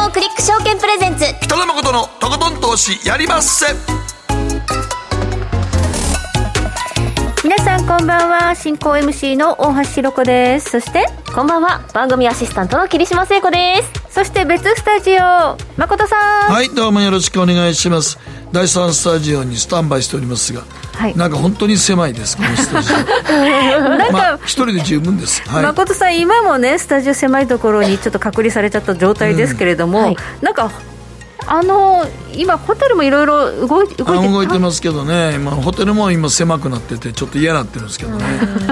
ークリック証券プレゼンツ北野誠のとことん投資やりまっせ。 皆さんこんばんは。進行 MC の大橋ひろ子です。そしてこんばんは、番組アシスタントの桐島聖子です。 そして別スタジオ誠さん。 はい、どうもよろしくお願いします。第3スタジオにスタンバイしておりますが、はい、なんか本当に狭いですこのスタジオなんか、一人で十分です、はい、 誠さん今もねスタジオ狭いところにちょっと隔離されちゃった状態ですけれども、はい、なんか今ホテルもいろいろ動いてますけどね、ホテルも今狭くなっててちょっと嫌になってるんですけどね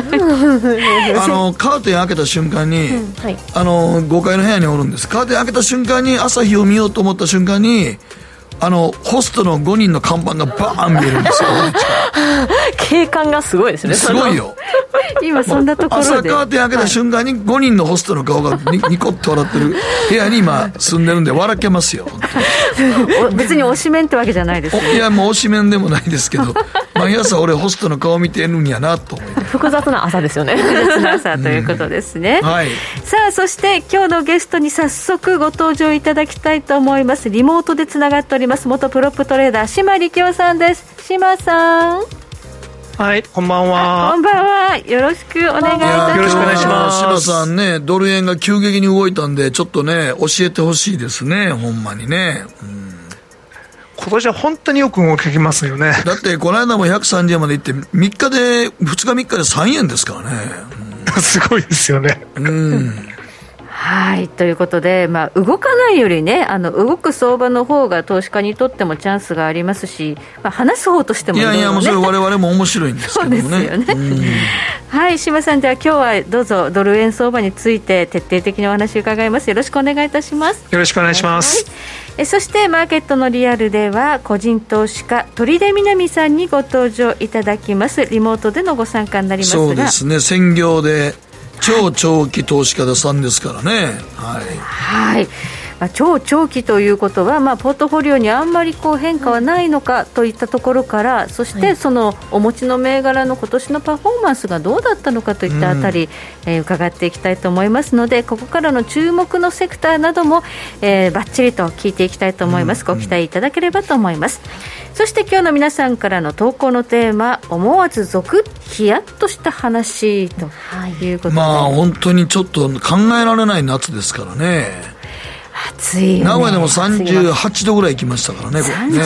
カーテン開けた瞬間に、はい、5階の部屋におるんです。カーテン開けた瞬間に朝日を見ようと思った瞬間にホストの5人の看板がバーン見えるんですよ景観がすごいですね。 すごいよ今そんなところで朝カーテン開けた瞬間に5人のホストの顔がニコッと笑ってる部屋に今住んでるんで笑けますよ別に推しメンってわけじゃないですよね。 いやもう推しメンでもないですけど毎朝俺ホストの顔見てるんやなと思い複雑な朝ですよね。 複雑な朝ということですね、はい、さあそして今日のゲストに早速ご登場いただきたいと思います。リモートでつながっております元プロップトレーダー島力夫さんです。島さん。 はい、こんばんは。 こんばんは。よろしくお願いいたします。 よろしくお願いします。 島さんね、ドル円が急激に動いたんでちょっとね教えてほしいですね、ほんまにね、 今年は本当によく動きますよね。 だってこの間も130円まで行って2日で3日で3円ですからね、 すごいですよね。 はいということで、動かないよりね動く相場の方が投資家にとってもチャンスがありますし、話す方としてもいろいろ、ね、 いやもうそれ我々も面白いんですけどね。 そうですよね、はい島さん、では今日はどうぞドル円相場について徹底的にお話を伺います。よろしくお願いいたします。 よろしくお願いします、 はい、そしてマーケットのリアルでは個人投資家鳥出みなみさんにご登場いただきます。リモートでのご参加になりますが、 そうですね、専業で超長期投資家さんですからね。はい、はい超長期ということは、ポートフォリオにあんまり変化はないのかといったところから、そしてそのお持ちの銘柄の今年のパフォーマンスがどうだったのかといったあたり、伺っていきたいと思いますので、ここからの注目のセクターなども、バッチリと聞いていきたいと思います。ご期待いただければと思います。そして今日の皆さんからの投稿のテーマ、思わずゾクッヒヤッとした話ということで、 本当にちょっと考えられない夏ですからね。 暑いよね。 名古屋でも38度ぐらい行きましたからね。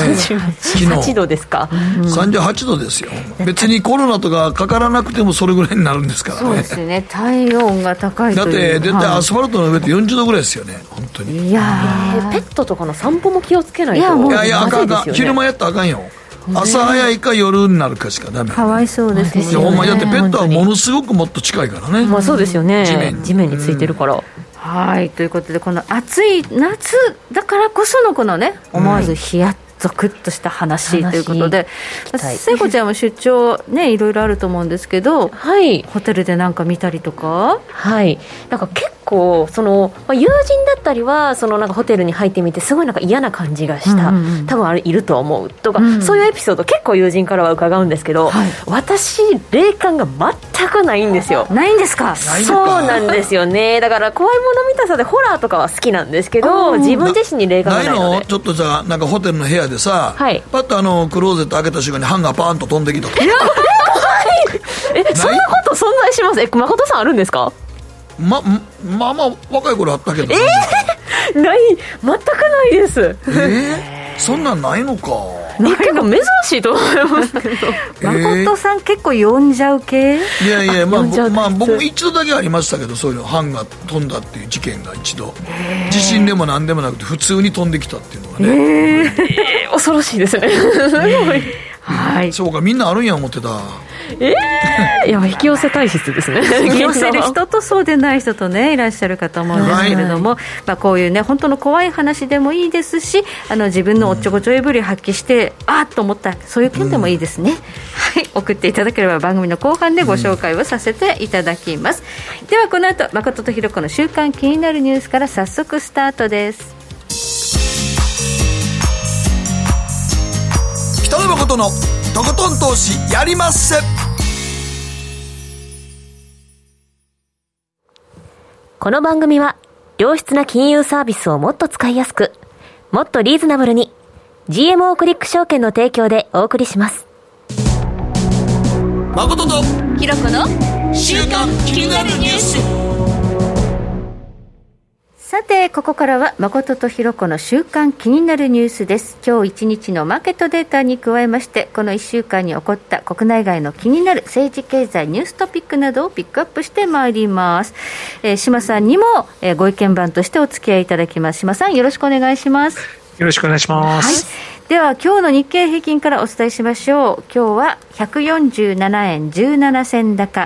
38度ですか、 38度ですよ。別にコロナとかかからなくてもそれぐらいになるんですからね。 そうですね、体温が高いという。 だって絶対アスファルトの上って40度ぐらいですよね、本当に。 いやペットとかの散歩も気をつけないと。 いやあかん、昼間やったらあかんよ。朝早いか夜になるかしかダメ。 かわいそうですね。 ほんまだってペットはものすごくもっと近いからね。 そうですよね、地面についてるから、 はいということで、この暑い夏だからこそのこのね、思わずヒヤッゾクッとした話ということで、聖子ちゃんも出張ねいろいろあると思うんですけど、はい、ホテルでなんか見たりとか、 はい、なんか結構友人だったりはなんかホテルに入ってみてすごいなんか嫌な感じがした、多分あれいると思うとか、そういうエピソード結構友人からは伺うんですけど、私霊感が全くないんですよ。 ないんですか？ そうなんですよね。だから怖いもの見たさでホラーとかは好きなんですけど、自分自身に霊感がないので。 ないの？ちょっとじゃあなんかホテルの部屋でさ、パッとクローゼット開けた瞬間にハンガーパーンと飛んできたとか。 そんなこと存在します？誠さんあるんですか？ 若い頃あったけど、 ない、全くないです。 そんなんないのか。 結構珍しいと思いますけど。 誠さん結構呼んじゃう系？ いや僕一度だけありましたけど、そういうのハンガー飛んだっていう事件が一度、地震でも何でもなくて普通に飛んできたっていうのがね、 恐ろしいですね。 はい、 そうか、みんなあるんや思ってた。 いや引き寄せ体質ですね。 引き寄せる人とそうでない人とねいらっしゃるかと思うんですけれども、こういうね本当の怖い話でもいいですし、自分のおっちょこちょいぶり発揮してあっと思ったそういう件でもいいですね。はい、送っていただければ番組の後半でご紹介をさせていただきます。ではこの後誠とひろ子の週刊気になるニュースから早速スタートです。 北野誠のとことん投資やりまっせ。 この番組は良質な金融サービスをもっと使いやすく、もっとリーズナブルに、GMO クリック証券の提供でお送りします。 誠とひろこの週刊気になるニュース。 さてここからは誠とひろこの週刊気になるニュースです。今日1日のマーケットデータに加えまして、この1週間に起こった国内外の気になる政治経済ニューストピックなどをピックアップしてまいります。島さんにも、ご意見番としてお付き合いいただきます。島さんよろしくお願いします。 よろしくお願いします。 はい、では今日の日経平均からお伝えしましょう。今日は147円17銭高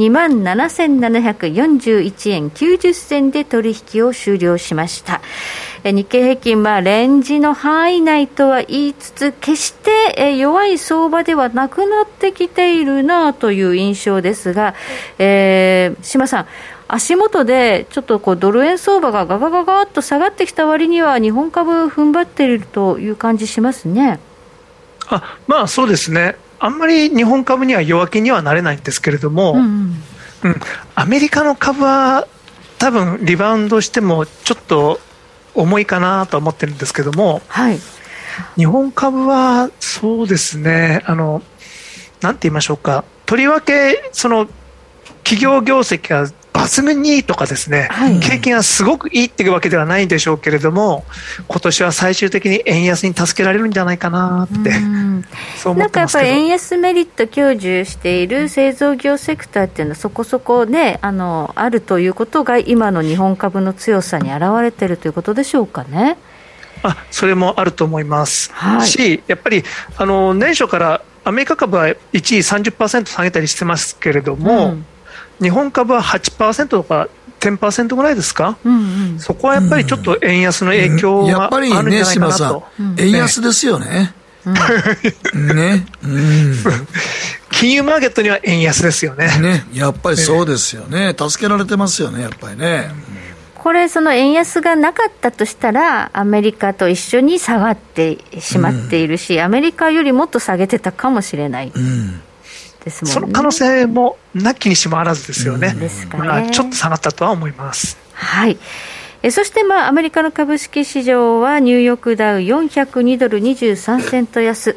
27,741 円90銭で取引を終了しました。日経平均はレンジの範囲内とは言いつつ、決して弱い相場ではなくなってきているなという印象ですが、島さん、足元でちょっとドル円相場がガガガガッと下がってきた割には日本株踏ん張っているという感じしますね。 まあそうですね。あんまり日本株には弱気にはなれないんですけれども、アメリカの株は多分リバウンドしてもちょっと重いかなと思ってるんですけども、はい、日本株はそうですね、なんて言いましょうか、とりわけその企業業績が抜群にいいとかですね、はい、景気がすごくいいっていうわけではないんでしょうけれども、今年は最終的に円安に助けられるんじゃないかなってそう思ってますけど、なんかやっぱり円安メリット享受している製造業セクターっていうのはそこそこね、あるということが今の日本株の強さに表れているということでしょうかね。 それもあると思います、はい、し、やっぱり年初からアメリカ株は一時 30% 下げたりしてますけれども、日本株は 8% とか 10% ぐらいですか、そこはやっぱりちょっと円安の影響があるんじゃないかなと。 円安ですよね。 金融マーケットには円安ですよね。 やっぱりそうですよね。助けられてますよね、やっぱりね。 これその円安がなかったとしたらアメリカと一緒に下がってしまっているし、アメリカよりもっと下げてたかもしれない。ですもんね、 その可能性もなきにしもあらずですよね。 ですかね。 ちょっと下がったとは思います。 はい。そしてアメリカの株式市場はニューヨークダウ402ドル23セント安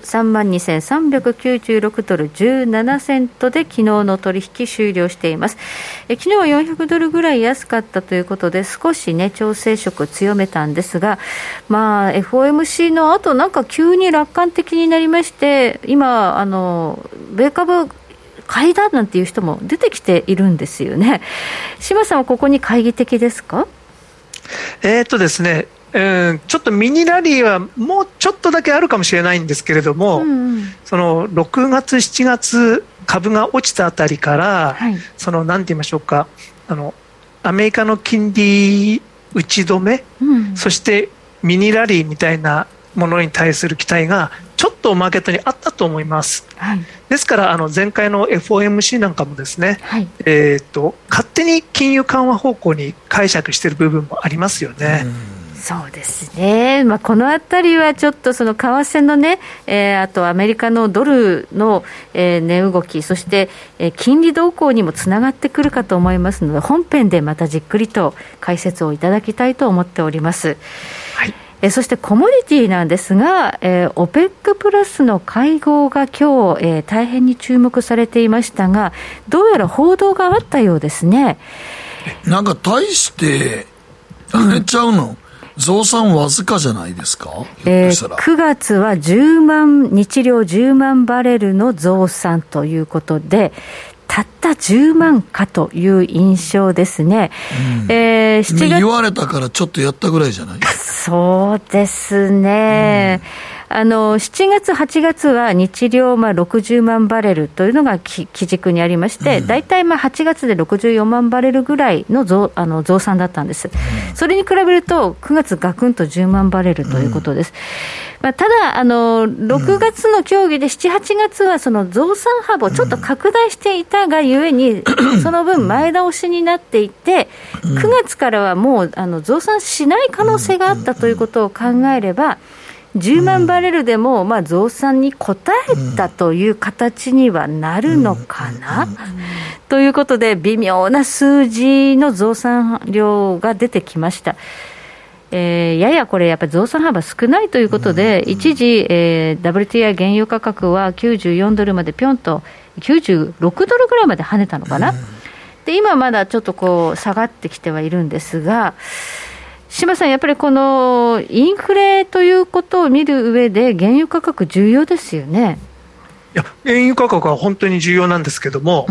32,396 ドル17セントで昨日の取引終了しています。昨日は400ドルぐらい安かったということで少しね調整色強めたんですが、FOMC の後なんか急に楽観的になりまして、今米株買いだなんていう人も出てきているんですよね。島さんはここに懐疑的ですか？ ですね、ちょっとミニラリーはもうちょっとだけあるかもしれないんですけれども、その6月7月株が落ちたあたりから、そのなんて言いましょうか、アメリカの金利打ち止め、そしてミニラリーみたいなものに対する期待がちょっとマーケットにあったと思います、ですから前回の FOMC なんかもですね、勝手に金融緩和方向に解釈している部分もありますよね。 そうですね、このあたりはちょっとその為替のね、あとアメリカのドルの、値動き、そして、金利動向にもつながってくるかと思いますので、本編でまたじっくりと解説をいただきたいと思っております。そしてコモディティなんですが、OPEC プラスの会合が今日、大変に注目されていましたが、どうやら報道があったようですね。 なんか大して上げちゃうの、増産わずかじゃないですか。 9月は日量10万バレルの増産ということで、たった10万かという印象ですね。7月言われたからちょっとやったぐらいじゃない？ そうですね。7月8月は日量60万バレルというのが基軸にありまして、だいたい8月で64万バレルぐらいの増産だったんです、それに比べると9月ガクンと10万バレルということです、ただ6月の協議で7、8月はその増産幅をちょっと拡大していたがゆえに、その分前倒しになっていて、9月からはもう増産しない可能性があったということを考えれば、 10万バレルでも増産に応えたという形にはなるのかな、ということで微妙な数字の増産量が出てきました。ややこれやっぱり増産幅少ないということで、一時、WTI 原油価格は94ドルまでぴょんと96ドルぐらいまで跳ねたのかな、で今まだちょっとこう下がってきてはいるんですが、島さん、やっぱりこのインフレということを見る上で原油価格重要ですよね。 いや、原油価格は本当に重要なんですけども、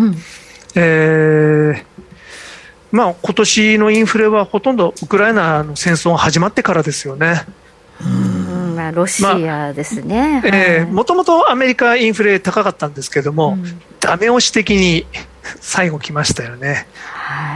今年のインフレはほとんどウクライナの戦争が始まってからですよね。 ロシアですね。 もともとアメリカインフレ高かったんですけども、ダメ押し的に最後来ましたよね。 はい。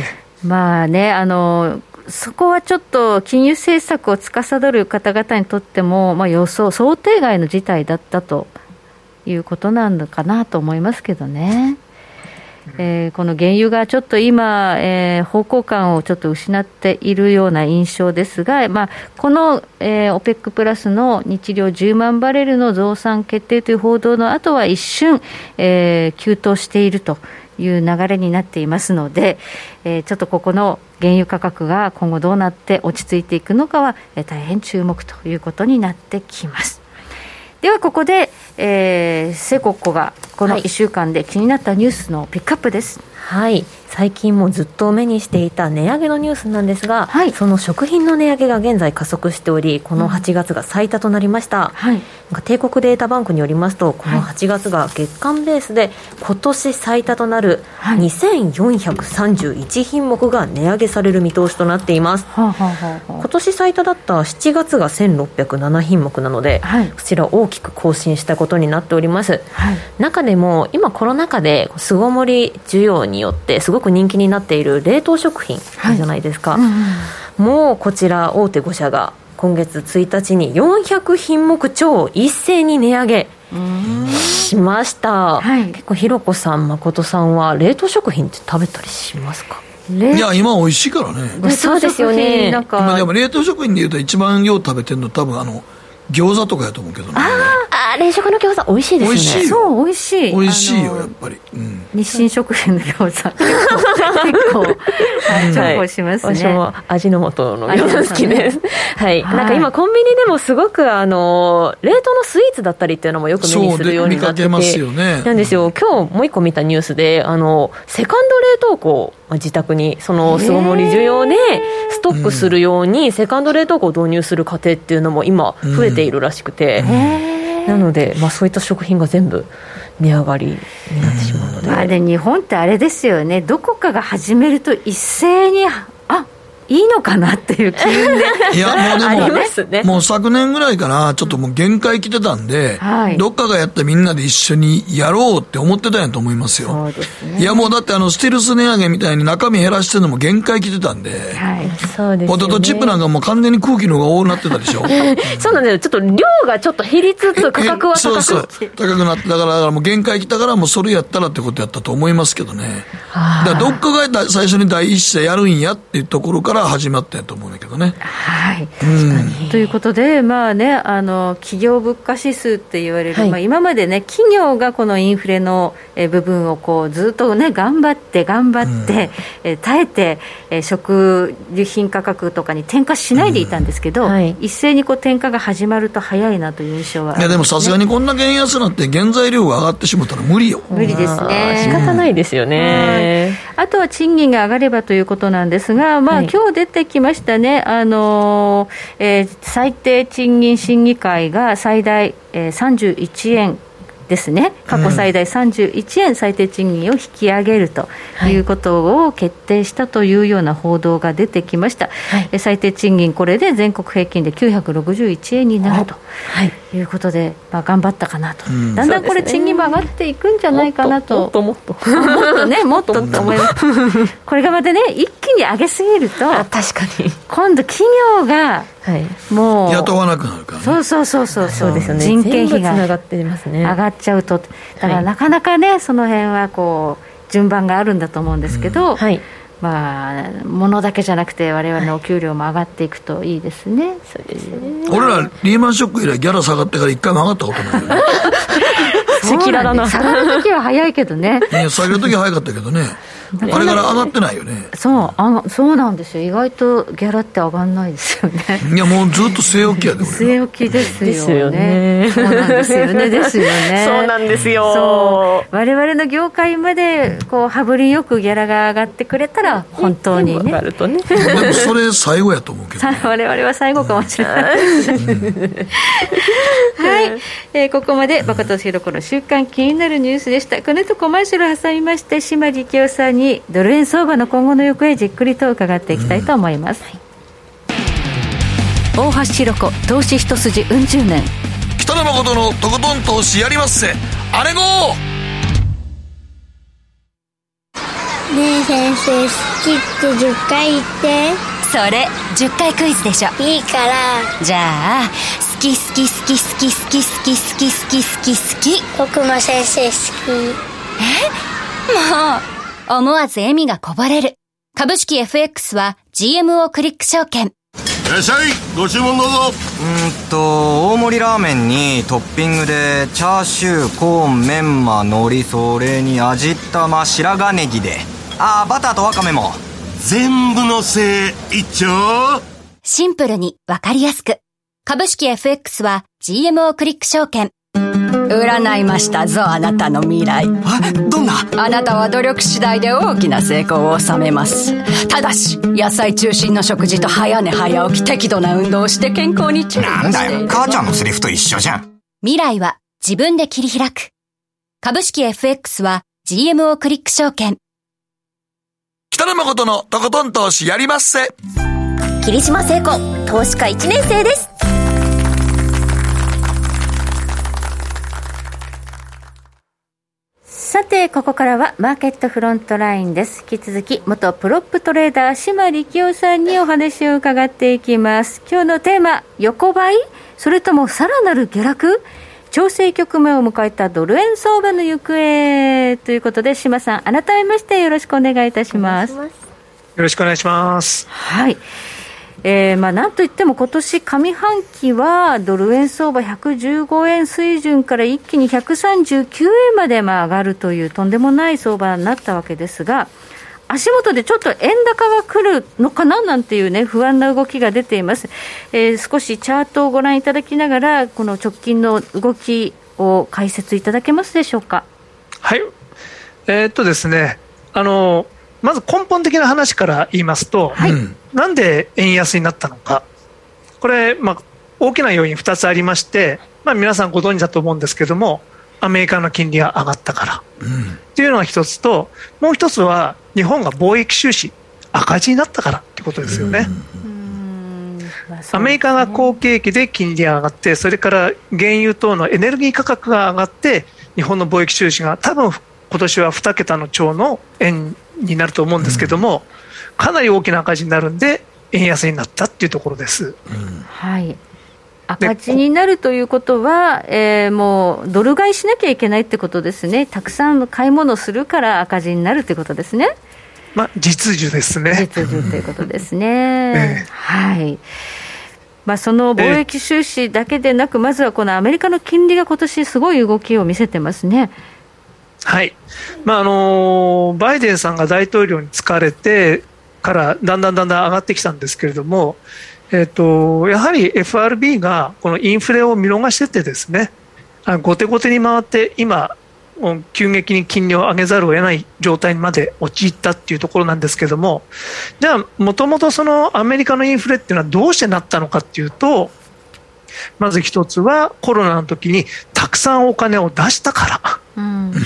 そこはちょっと金融政策を司る方々にとっても、想定外の事態だったということなのかなと思いますけどね。この原油がちょっと今、方向感をちょっと失っているような印象ですが、この、OPEC プラスの日量10万バレルの増産決定という報道の後は一瞬、急騰しているという流れになっていますので、ちょっとここの原油価格が今後どうなって落ち着いていくのかは、大変注目ということになってきます。ではここで、セココがこの1週間で気になったニュースのピックアップです。 はい、最近もずっと目にしていた値上げのニュースなんですが、その食品の値上げが現在加速しており、この8月が最多となりました。帝国データバンクによりますと、この8月が月間ベースで今年最多となる2431品目が値上げされる見通しとなっています。今年最多だった7月が1607品目なので、こちら大きく更新したことになっております。中でも今コロナ禍で巣ごもり需要によってすごく人気になっている冷凍食品じゃないですか、もうこちら大手5社が今月1日に400品目超一斉に値上げしました。結構ひろこさん、誠さんは冷凍食品って食べたりしますか？ いや今美味しいからね。 そうですよね。 今でも冷凍食品でいうと一番よう食べてるの多分餃子とかやと思うけどね。 冷食の餃子美味しいですよね。 美味しいよ。 そう美味しい。 美味しいよやっぱり。 日清食品の餃子結構重宝しますね。 私も味の素の餃子好きです。なんか今コンビニでもすごく冷凍のスイーツだったりっていうのもよく目にするようになってて、 見かけますよね。 なんですよ。今日もう一個見たニュースでセカンド冷凍庫、自宅にその巣ごもり需要でストックするようにセカンド冷凍庫を導入する家庭っていうのも今増えているらしくて、なので、そういった食品が全部値上がりになってしまうので、 で日本ってあれですよね、どこかが始めると一斉にいいのかなっていう気分でいやもうでもありますね。 もう昨年ぐらいからちょっともう限界来てたんで、どっかがやってみんなで一緒にやろうって思ってたんやと思いますよ。 そうですね。 いやもうだってステルス値上げみたいに中身減らしてるのも限界来てたんで、 そうですよね。 ポテトチップなんかもう完全に空気の方が多くなってたでしょそうなんですよ。ちょっと量がちょっと減りつつ価格は高くそう高くなってだからもう限界来たからもうそれやったらってことやったと思いますけどね。だからどっかが最初に第一社やるんやっていうところから始まったんやと思うんだけどね。 ということで、企業物価指数って言われる、今までね企業がこのインフレの部分をこうずっとね頑張って、耐えて、食品価格とかに転嫁しないでいたんですけど、一斉にこう転嫁が始まると早いなという印象はあるんですね。 いやでもさすがにこんな原安になって原材料が上がってしまったら無理よ。 無理ですね。 仕方ないですよね。 あとは賃金が上がればということなんですが、今日出てきましたね、最低賃金審議会が最大、31円ですね、過去最大31円最低賃金を引き上げるということを決定したというような報道が出てきました。最低賃金これで全国平均で961円になるということで、頑張ったかなと、だんだんこれ賃金も上がっていくんじゃないかなと、 もっとと思いますこれがまたね一気に上げすぎると確かに今度企業がもう雇わなくなるからね。 そうですよね。 人件費が全部つながってますね。 上がっちゃうと、だからなかなかねその辺はこう順番があるんだと思うんですけど、 物だけじゃなくて我々のお給料も上がっていくといいですね。 そうですね。 俺らリーマンショック以来ギャラ下がってから一回も上がったことないよね。 赤裸々な。下がるときは早いけどね。 下げるときは早かったけどね。あれから上がってないよね。 そうなんですよ。意外とギャラって上がんないですよね。 いやもうずっと据え置きやで。 据え置きですよね。そうなんですよね。ですよね。 そうなんですよ。 我々の業界まで羽振りよくギャラが上がってくれたら本当にね。 上がるとね。 でもそれ最後やと思うけど、ね。 我々は最後かもしれないですね。はい、ここまで若戸ひろ子の週刊気になるニュースでした。この後コマーシャルを挟みまして島力夫さんにドル円相場の今後の行方じっくりと伺っていきたいと思います。大橋ひろ子投資一筋うん十年。 北野誠のとことん投資やりまっせ。あれごねえ先生、好きって10回言って。 それ10回クイズでしょ。 いいから。 じゃあ好き好き好き好き好き好き好き好き好き好き。 僕も先生好き。 もう思わず笑みがこぼれる。株式 FX は GMO クリック証券。 いらっしゃい、ご注文どうぞ。 大盛りラーメンにトッピングでチャーシュー、コーン、メンマ、海苔、それに味玉、白髪ネギで、バターとワカメも全部のせい一丁。 シンプルにわかりやすく。株式 FX は GMO クリック証券。 占いましたぞ、あなたの未来。 どんな？ あなたは努力次第で大きな成功を収めます。ただし野菜中心の食事と早寝早起き、適度な運動をして健康に注意している。 なんだよ、母ちゃんのセリフと一緒じゃん。 未来は自分で切り開く。株式 FX は GMO クリック証券。 北野誠のとことん投資やりまっせ。 霧島聖子投資家1年生です。 さてここからはマーケットフロントラインです。引き続き元プロップトレーダー島力夫さんにお話を伺っていきます。今日のテーマ、横ばいそれともさらなる下落、調整局面を迎えたドル円相場の行方ということで、島さん改めましてよろしくお願いいたします。 よろしくお願いします。 はい、なんといっても今年上半期はドル円相場115円水準から一気に139円まで上がるというとんでもない相場になったわけですが、足元でちょっと円高が来るのかななんていうね、不安な動きが出ています。少しチャートをご覧いただきながらこの直近の動きを解説いただけますでしょうか。 はい、ですね、まず根本的な話から言いますと、はい、なんで円安になったのか、これ、大きな要因2つありまして、皆さんご存知だと思うんですけども、アメリカの金利が上がったからっていうのが一つと、もう一つは日本が貿易収支赤字になったからってことですよね。アメリカが好景気で金利が上がって、それから原油等のエネルギー価格が上がって、日本の貿易収支が多分今年は2桁の超の円になると思うんですけども、かなり大きな赤字になるんで円安になったっていうところです。 はい、赤字になるということは、もうドル買いしなきゃいけないってことですね。たくさん買い物するから赤字になるってことですね。 実需ですね。 実需ということですね。はい。その貿易収支だけでなく、まずはこのアメリカの金利が今年すごい動きを見せてますね。 はい、バイデンさんが大統領に就かれてからだんだん上がってきたんですけれども、やはり FRB がこのインフレを見逃しててですね、後手後手に回って今急激に金利を上げざるを得ない状態にまで陥ったっていうところなんですけれども、じゃあもともとそのアメリカのインフレっていうのはどうしてなったのかっていうと、まず一つはコロナの時にたくさんお金を出したから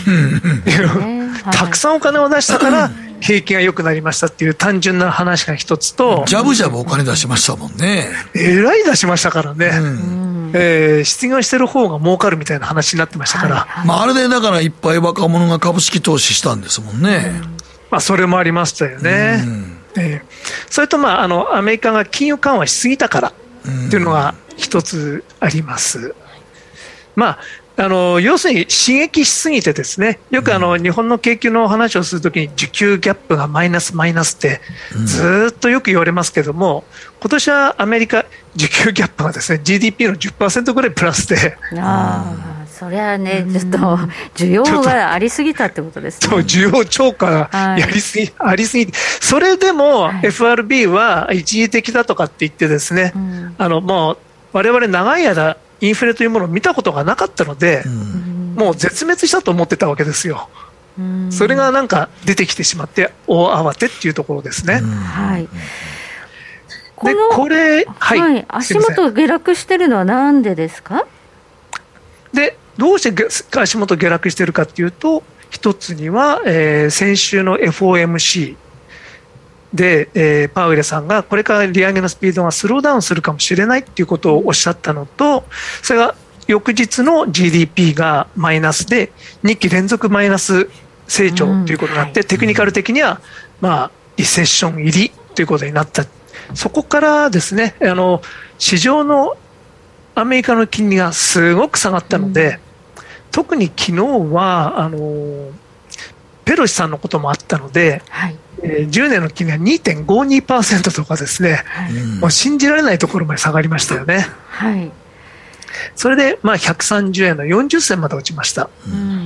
たくさんお金を出したから景気が良くなりましたっていう単純な話が一つと、 ジャブジャブお金出しましたもんね。 えらい出しましたからね、失業してる方が儲かるみたいな話になってましたから、 あれでだからいっぱい若者が株式投資したんですもんね。 それもありましたよね。それとアメリカが金融緩和しすぎたからっていうのが一つあります。 要するに刺激しすぎてですね、よく日本の景気の話をするときに需給ギャップがマイナスってずっとよく言われますけども、今年はアメリカ需給ギャップがですね GDP の 10% ぐらいプラスで、 そりゃね、ちょっと需要がありすぎたってことですね。 需要超過がありすぎて、それでも FRB は一時的だとかって言ってですね、もう我々長い間インフレというものを見たことがなかったので、もう絶滅したと思ってたわけですよ。それがなんか出てきてしまって大慌てっていうところですね。 はい。 でこれ、 足元下落してるのはなんでですか？ でどうして足元下落してるかっていうと、一つには、先週の FOMCで、パウエルさんがこれから利上げのスピードがスローダウンするかもしれないということをおっしゃったのと、それが翌日の GDP がマイナスで2期連続マイナス成長ということになって、テクニカル的には、リセッション入りということになった。そこからですね、市場のアメリカの金利がすごく下がったので、特に昨日はペロシさんのこともあったので、10年の金利は 2.52% とかですね、もう信じられないところまで下がりましたよね。それで130円の40銭まで落ちました。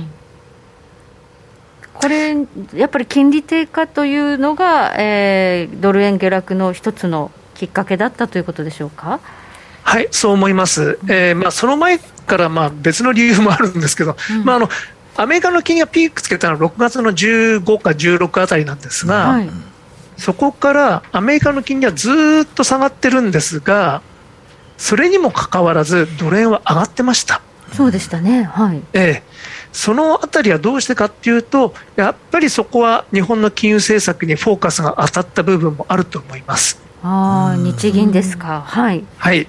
これやっぱり金利低下というのが、ドル円下落の一つのきっかけだったということでしょうか？ はい、そう思います。その前から別の理由もあるんですけど、アメリカの金利がピークつけたのは6月の15か16あたりなんですが、そこからアメリカの金利はずっと下がってるんですが、それにもかかわらずドル円は上がってました。 そうでしたね。 そのあたりはどうしてかっていうと、やっぱりそこは日本の金融政策にフォーカスが当たった部分もあると思います。 日銀ですか。急にヘ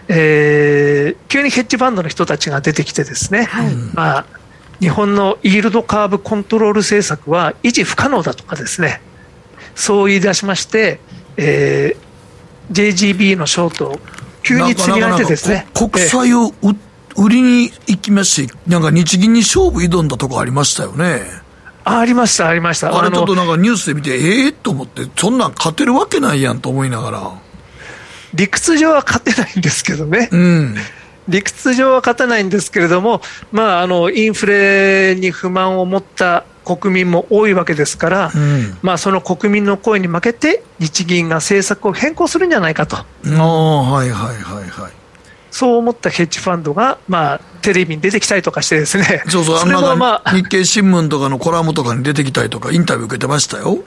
ッジファンドの人たちが出てきてですね、日本のイールドカーブコントロール政策は維持不可能だとかですね、そう言い出しまして、JGB のショートを急に積み上げてですね、 国債を売りに行きまして、なんか日銀に勝負挑んだとこありましたよね。 ありました。あれちょっとなんかニュースで見てと思って、そんなん勝てるわけないやんと思いながら、 理屈上は勝てないんですけどね、理屈上は勝てないんですけれども、インフレに不満を持った国民も多いわけですから、その国民の声に負けて日銀が政策を変更するんじゃないかと、そう思ったヘッジファンドが、テレビに出てきたりとかしてですね、 日経新聞とかのコラムとかに出てきたりとかインタビュー受けてましたよ。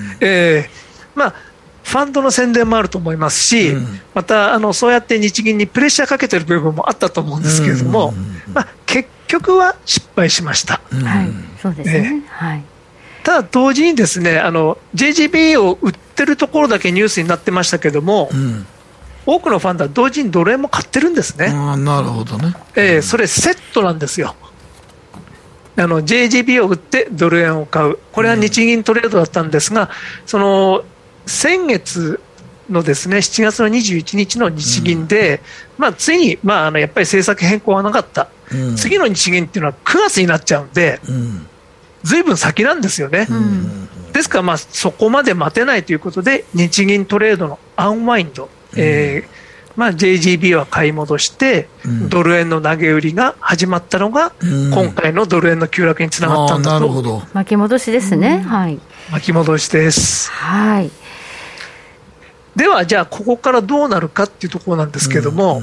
ファンドの宣伝もあると思いますし、またそうやって日銀にプレッシャーかけてる部分もあったと思うんですけれども、結局は失敗しました。 そうですね。 ただ同時にですね、JGB を売ってるところだけニュースになってましたけども、多くのファンドは同時にドル円も買ってるんですね。 なるほどね。 それセットなんですよ。JGB を売ってドル円を買う、これは日銀トレードだったんですが、先月のですね、7月の21日の日銀で、ついに、やっぱり政策変更はなかった、次の日銀っていうのは9月になっちゃうんで、ずいぶん先なんですよね。ですから、そこまで待てないということで、日銀トレードのアンワインド、JGB は買い戻して、ドル円の投げ売りが始まったのが、今回のドル円の急落につながったんだと。 巻き戻しですね。 巻き戻しです。では、じゃあここからどうなるかっていうところなんですけども、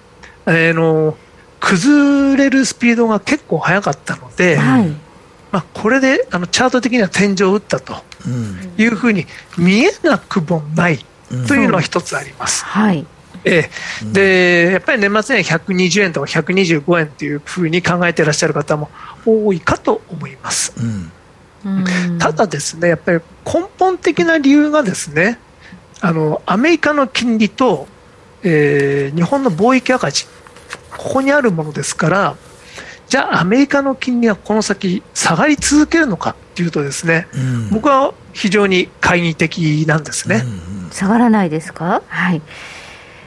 崩れるスピードが結構速かったので、これでチャート的には天井を打ったというふうに見えなくもないというのは一つあります。でやっぱり年末には120円とか125円というふうに考えていらっしゃる方も多いかと思います。ただですね、やっぱり根本的な理由がですね、アメリカの金利と、日本の貿易赤字、ここにあるものですから、じゃあアメリカの金利はこの先下がり続けるのかというとですね、僕は非常に懐疑的なんですね。 下がらないですか？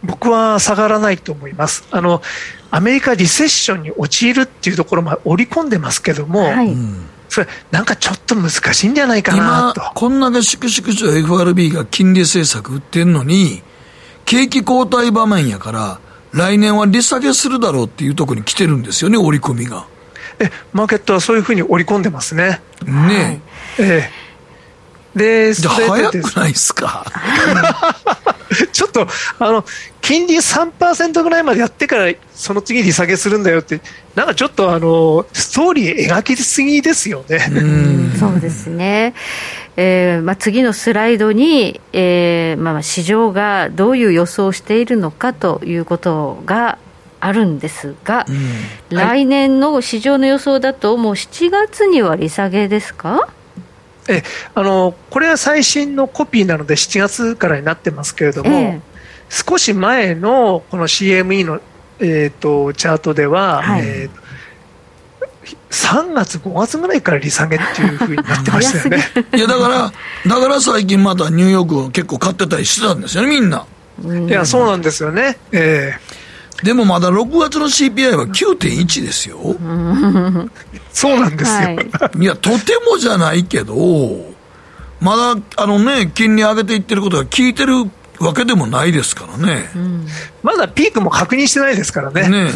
僕は下がらないと思います。アメリカリセッションに陥るっていうところまで織り込んでますけども、はい、それなんかちょっと難しいんじゃないかなと。 今こんなが粛々と FRB が金利政策売ってんのに景気後退場面やから来年は利下げするだろうっていうところに来てるんですよね、織り込みが。 マーケットはそういうふうに織り込んでますね。 ねえ。でじゃあ早くないですかちょっと金利 3% ぐらいまでやってからその次利下げするんだよって、なんかちょっとストーリー描きすぎですよね。 そうですね。次のスライドに、市場がどういう予想をしているのかということがあるんですが、来年の市場の予想だともう7月には利下げですか？ これは最新のコピーなので7月からになってますけれども、少し前のこの CME の、チャートでは、3月5月ぐらいから利下げっていう風になってましたよねいやだから最近またニューヨークを結構買ってたりしてたんですよね、みんな。 いやそうなんですよね。 でもまだ6月の CPI は 9.1 ですよそうなんですよ、 いやとてもじゃないけどまだ金利上げていってることが効いてるわけでもないですからね、 まだピークも確認してないですからね。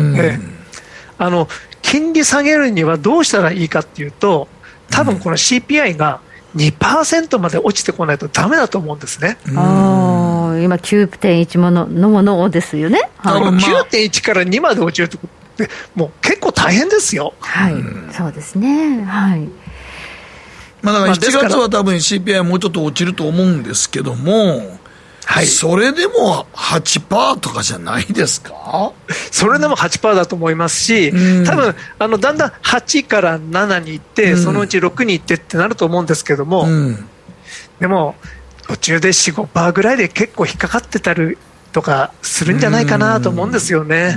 金利下げるにはどうしたらいいかっていうと、多分この CPI が 2% まで落ちてこないとダメだと思うんですね。 今 9.1 のものですよね。 9.1 から2まで落ちるってことってもう結構大変ですよ。 そうですね。だから7月は多分 CPI もうちょっと落ちると思うんですけども、それでも 8% とかじゃないですか？ それでも 8% だと思いますし、多分だんだん8から7に行って、そのうち6に行ってってなると思うんですけども、でも途中で 4-5% ぐらいで結構引っかかってたりとかするんじゃないかなと思うんですよね。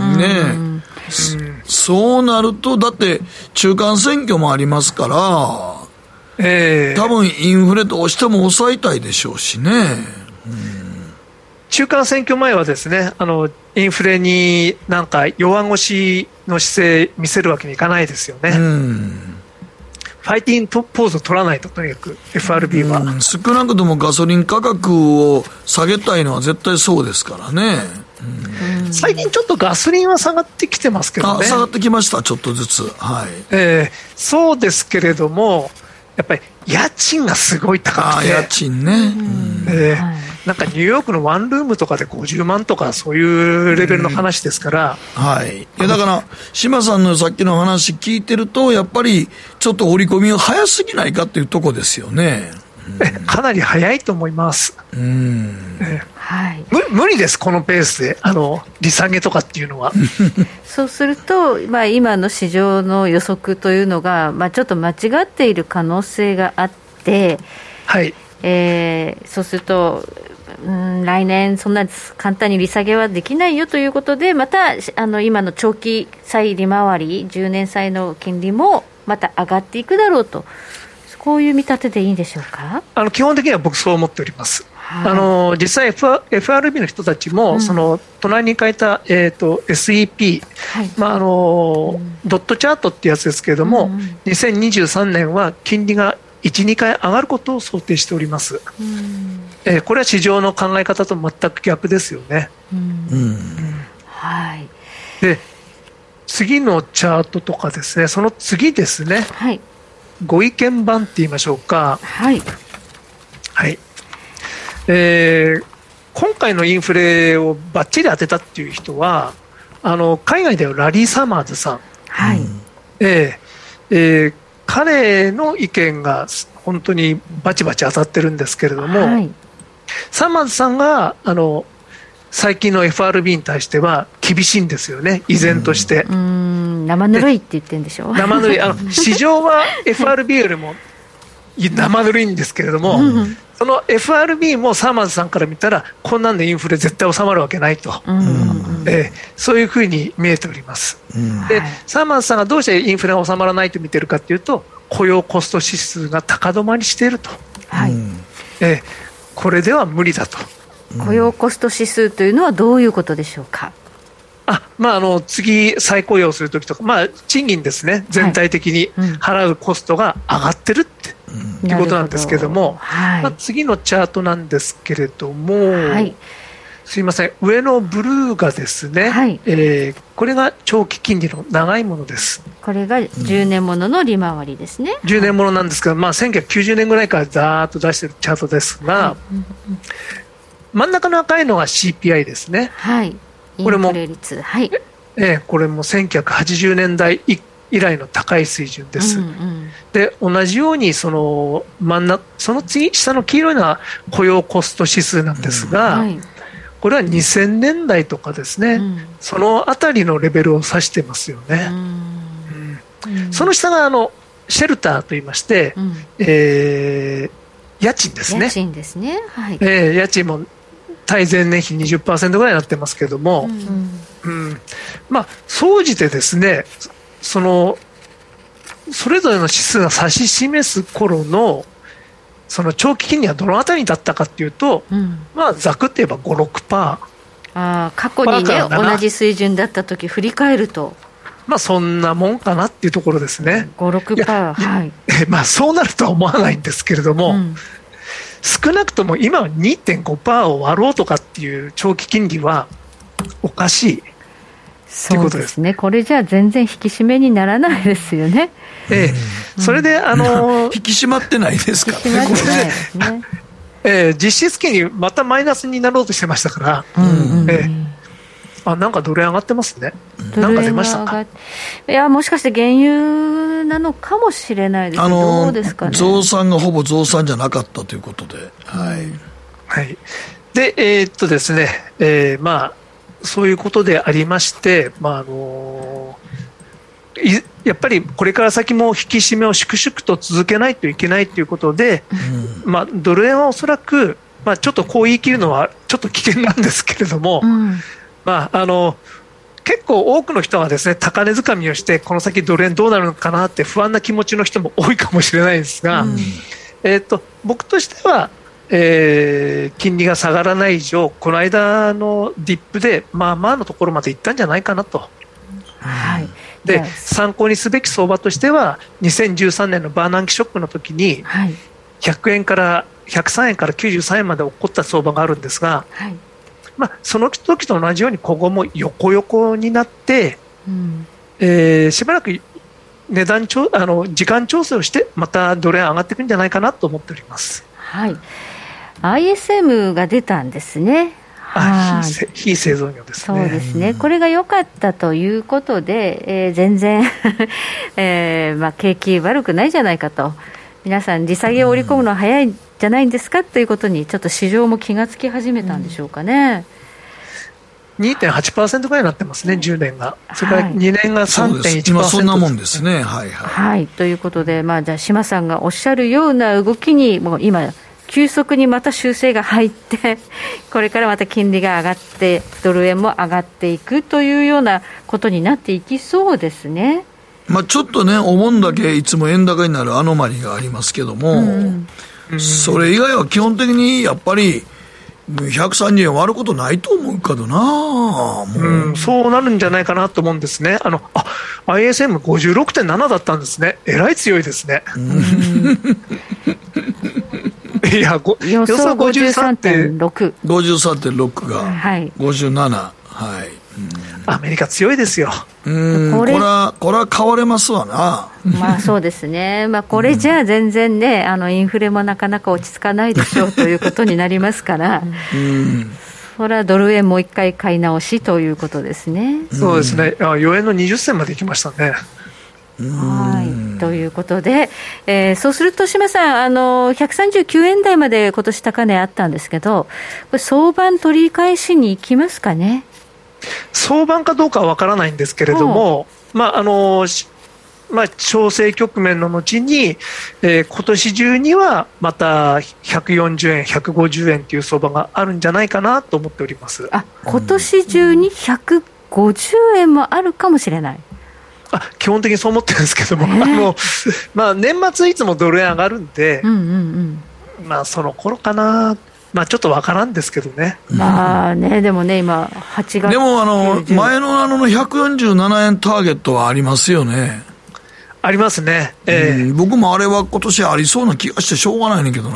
そうなるとだって中間選挙もありますから、多分インフレどうしても抑えたいでしょうしね。 中間選挙前はですね、インフレになんか弱腰の姿勢見せるわけにいかないですよね。ファイティングポーズを取らないと、とにかく FRB は、 少なくともガソリン価格を下げたいのは絶対そうですからね。 最近ちょっとガソリンは下がってきてますけどね。 下がってきました、ちょっとずつ。 そうですけれども、やっぱり家賃がすごい高くて。 家賃ね。 なんかニューヨークのワンルームとかで50万とかそういうレベルの話ですから、 いやだから島さんのさっきの話聞いてると、やっぱりちょっと織り込みが早すぎないかっていうとこですよね。 かなり早いと思います。無理です、このペースで利下げとかっていうのはそうすると、今の市場の予測というのが、ちょっと間違っている可能性があって、そうすると来年そんな簡単に利下げはできないよということで、また今の長期債利回り10年債の金利もまた上がっていくだろうと、こういう見立てでいいんでしょうか？ 基本的には僕そう思っております。実際 FRB の人たちも、その隣に書いた、SEP、ドットチャートってやつですけれども、2023年は金利が 1,2 回上がることを想定しております。これは市場の考え方と全く逆ですよね。で次のチャートとかですね、その次ですね、ご意見番って言いましょうか。今回のインフレをバッチリ当てたっていう人は海外ではラリー・サマーズさん、彼の意見が本当にバチバチ当たってるんですけれども、サマーズさんが最近の FRB に対しては厳しいんですよね、依然として。 生ぬるいって言ってるんでしょ。 生ぬるい市場は FRB よりも生ぬるいんですけれども、その FRB もサマーズさんから見たらこんなんでインフレ絶対収まるわけないと、そういうふうに見えております。でサマーズさんがどうしてインフレが収まらないと見てるかというと、雇用コスト指数が高止まりしていると、これでは無理だと雇用コスト指数というのはどういうことでしょうか。 次、再雇用するときとか、賃金ですね、全体的に払うコストが上がってるっていうことなんですけれども、次のチャートなんですけれども、すいません、上のブルーがですね、これが長期金利の長いものです。 これが10年ものの利回りですね。 10年ものなんですけど、1990年ぐらいからざーっと出しているチャートですが、真ん中の赤いのが CPI ですね。これも、これも1980年代以来の高い水準です。で、同じようにその次下の黄色いのは雇用コスト指数なんですが、これは2000年代とかですね、そのあたりのレベルを指してますよね。その下がシェルターといいまして、家賃ですね。 家賃ですね。 家賃も対前年比 20% ぐらいになってますけれども、総じてですね、それぞれの指数が指し示す頃のその長期金利はどのあたりだったかというと、ざくって言えば 5、6%。 過去にね、同じ水準だった時振り返ると、 そんなもんかなっていうところですね。 5、6%。 そうなるとは思わないんですけれども、少なくとも今は 2.5% を割ろうとかっていう長期金利はおかしい。 そうですね。これじゃ全然引き締めにならないですよね。 それで引き締まってないですか。 実質金利またマイナスになろうとしてましたから、なんかドル円上がってますね。なんか出ましたか。 いや、もしかして原油なのかもしれないですけど、どうですかね。 増産がほぼ増産じゃなかったということで、 でですね、そういうことでありまして、やっぱりこれから先も引き締めを粛々と続けないといけないということで、ドル円はおそらく、ちょっとこう言い切るのはちょっと危険なんですけれども、結構多くの人がですね、高値掴みをして、この先ドル円どうなるのかなって不安な気持ちの人も多いかもしれないですが、僕としては、金利が下がらない以上、この間のディップでのところまでいったんじゃないかなと。で、参考にすべき相場としては、2013年のバーナンキショックの時に103円から93円まで起こった相場があるんですが、その時と同じように今後も横横になって、しばらく時間調整をしてまたドル円上がっていくんじゃないかなと思っております。 ISM が出たんですね。 非製造業ですね。 そうですね。これが良かったということで、全然、景気悪くないじゃないかと、皆さん利下げを織り込むのは早いんじゃないんですかということにちょっと市場も気がつき始めたんでしょうかね。 2.8% ぐらいになってますね、10年が。それから2年が 3.1%。 そんなもんですね。 ということで、じゃあ島さんがおっしゃるような動きにもう今急速にまた修正が入ってこれからまた金利が上がってドル円も上がっていくというようなことになっていきそうですね。 ちょっとね、お盆だけいつも円高になるアノマリがありますけども、それ以外は基本的にやっぱり130円割ることないと思うけどな。 そうなるんじゃないかなと思うんですね。ISM56.7 だったんですね。えらい強いですね。いや、 予想 53.6 53.6が57。 アメリカ強いですよ。 これは買われますわな。 そうですね。これじゃあ全然ね、インフレもなかなか落ち着かないでしょうということになりますから、それはドル円もう一回買い直しということですね。 そうですね。4円の20銭まで行きましたね。 ということで、そうすると島さん、139円台まで今年高値あったんですけど、これ相場取り返しに行きますかね。 相場かどうかは分からないんですけれども、調整局面の後に、今年中にはまた140円、150円という相場があるんじゃないかなと思っております。 今年中に150円もあるかもしれない。 基本的にそう思ってるんですけども、年末いつもドル円上がるんで、その頃かなちょっとわからんですけどね。 まあね、でもね、今、8月。 でも前のの147円ターゲットはありますよね。 ありますね。 僕もあれは今年ありそうな気がしてしょうがないねんけどな。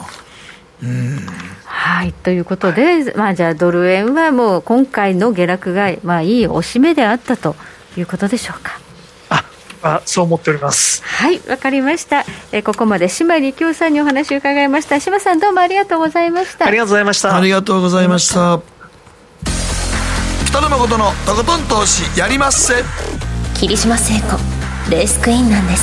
はい、ということで、じゃあドル円はもう今回の下落が、いい押し目であったということでしょうか。 そう思っております。 はい、わかりました。ここまで島力夫さんにお話を伺いました。島さん、どうもありがとうございました。 ありがとうございました。 ありがとうございました。北野誠のとことん投資やりまっせ。 桐島聖子レースクイーンなんです。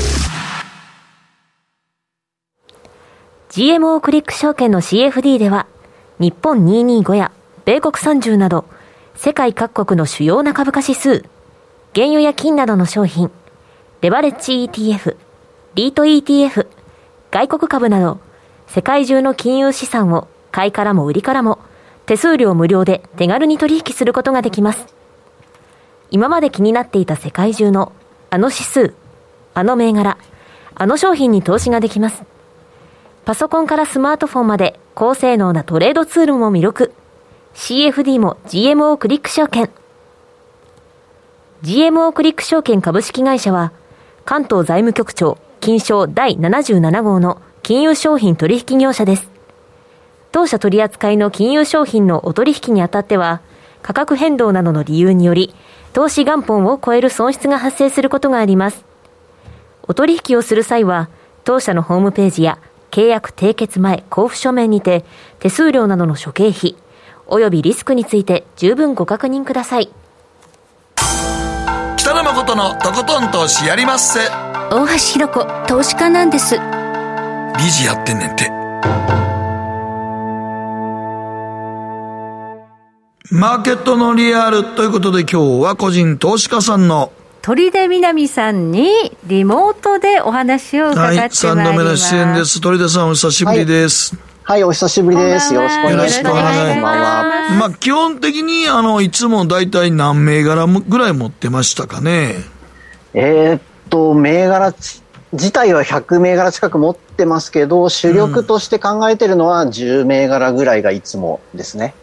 GMO クリック証券の CFD では日本225や米国30など世界各国の主要な株価指数、原油や金などの商品、レバレッジ ETF、リート ETF、外国株など世界中の金融資産を買いからも売りからも手数料無料で手軽に取引することができます。今まで気になっていた世界中のあの指数、あの銘柄、あの商品に投資ができます。パソコンからスマートフォンまで高性能なトレードツールも魅力。CFD も GMO クリック証券。GMO クリック証券株式会社は関東財務局長金商第77号の金融商品取引業者です。当社取扱いの金融商品のお取引にあたっては価格変動などの理由により投資元本を超える損失が発生することがあります。お取引をする際は当社のホームページや契約締結前交付書面にて手数料などの諸経費およびリスクについて十分ご確認ください。 北野誠のとことん投資やりまっせ。 大橋ひろ子投資家なんです。 理事やってんねんて。マーケットのリアルということで今日は個人投資家さんの鳥出みなみさんにリモートでお話を伺ってまいります。 はい、3度目の出演です。鳥出さんお久しぶりです。 はい、お久しぶりです。よろしくお願いします。 基本的にいつもだいたい何銘柄ぐらい持ってましたかね。 銘柄自体は100銘柄近く持ってますけど、主力として考えてるのは10銘柄ぐらいがいつもですね。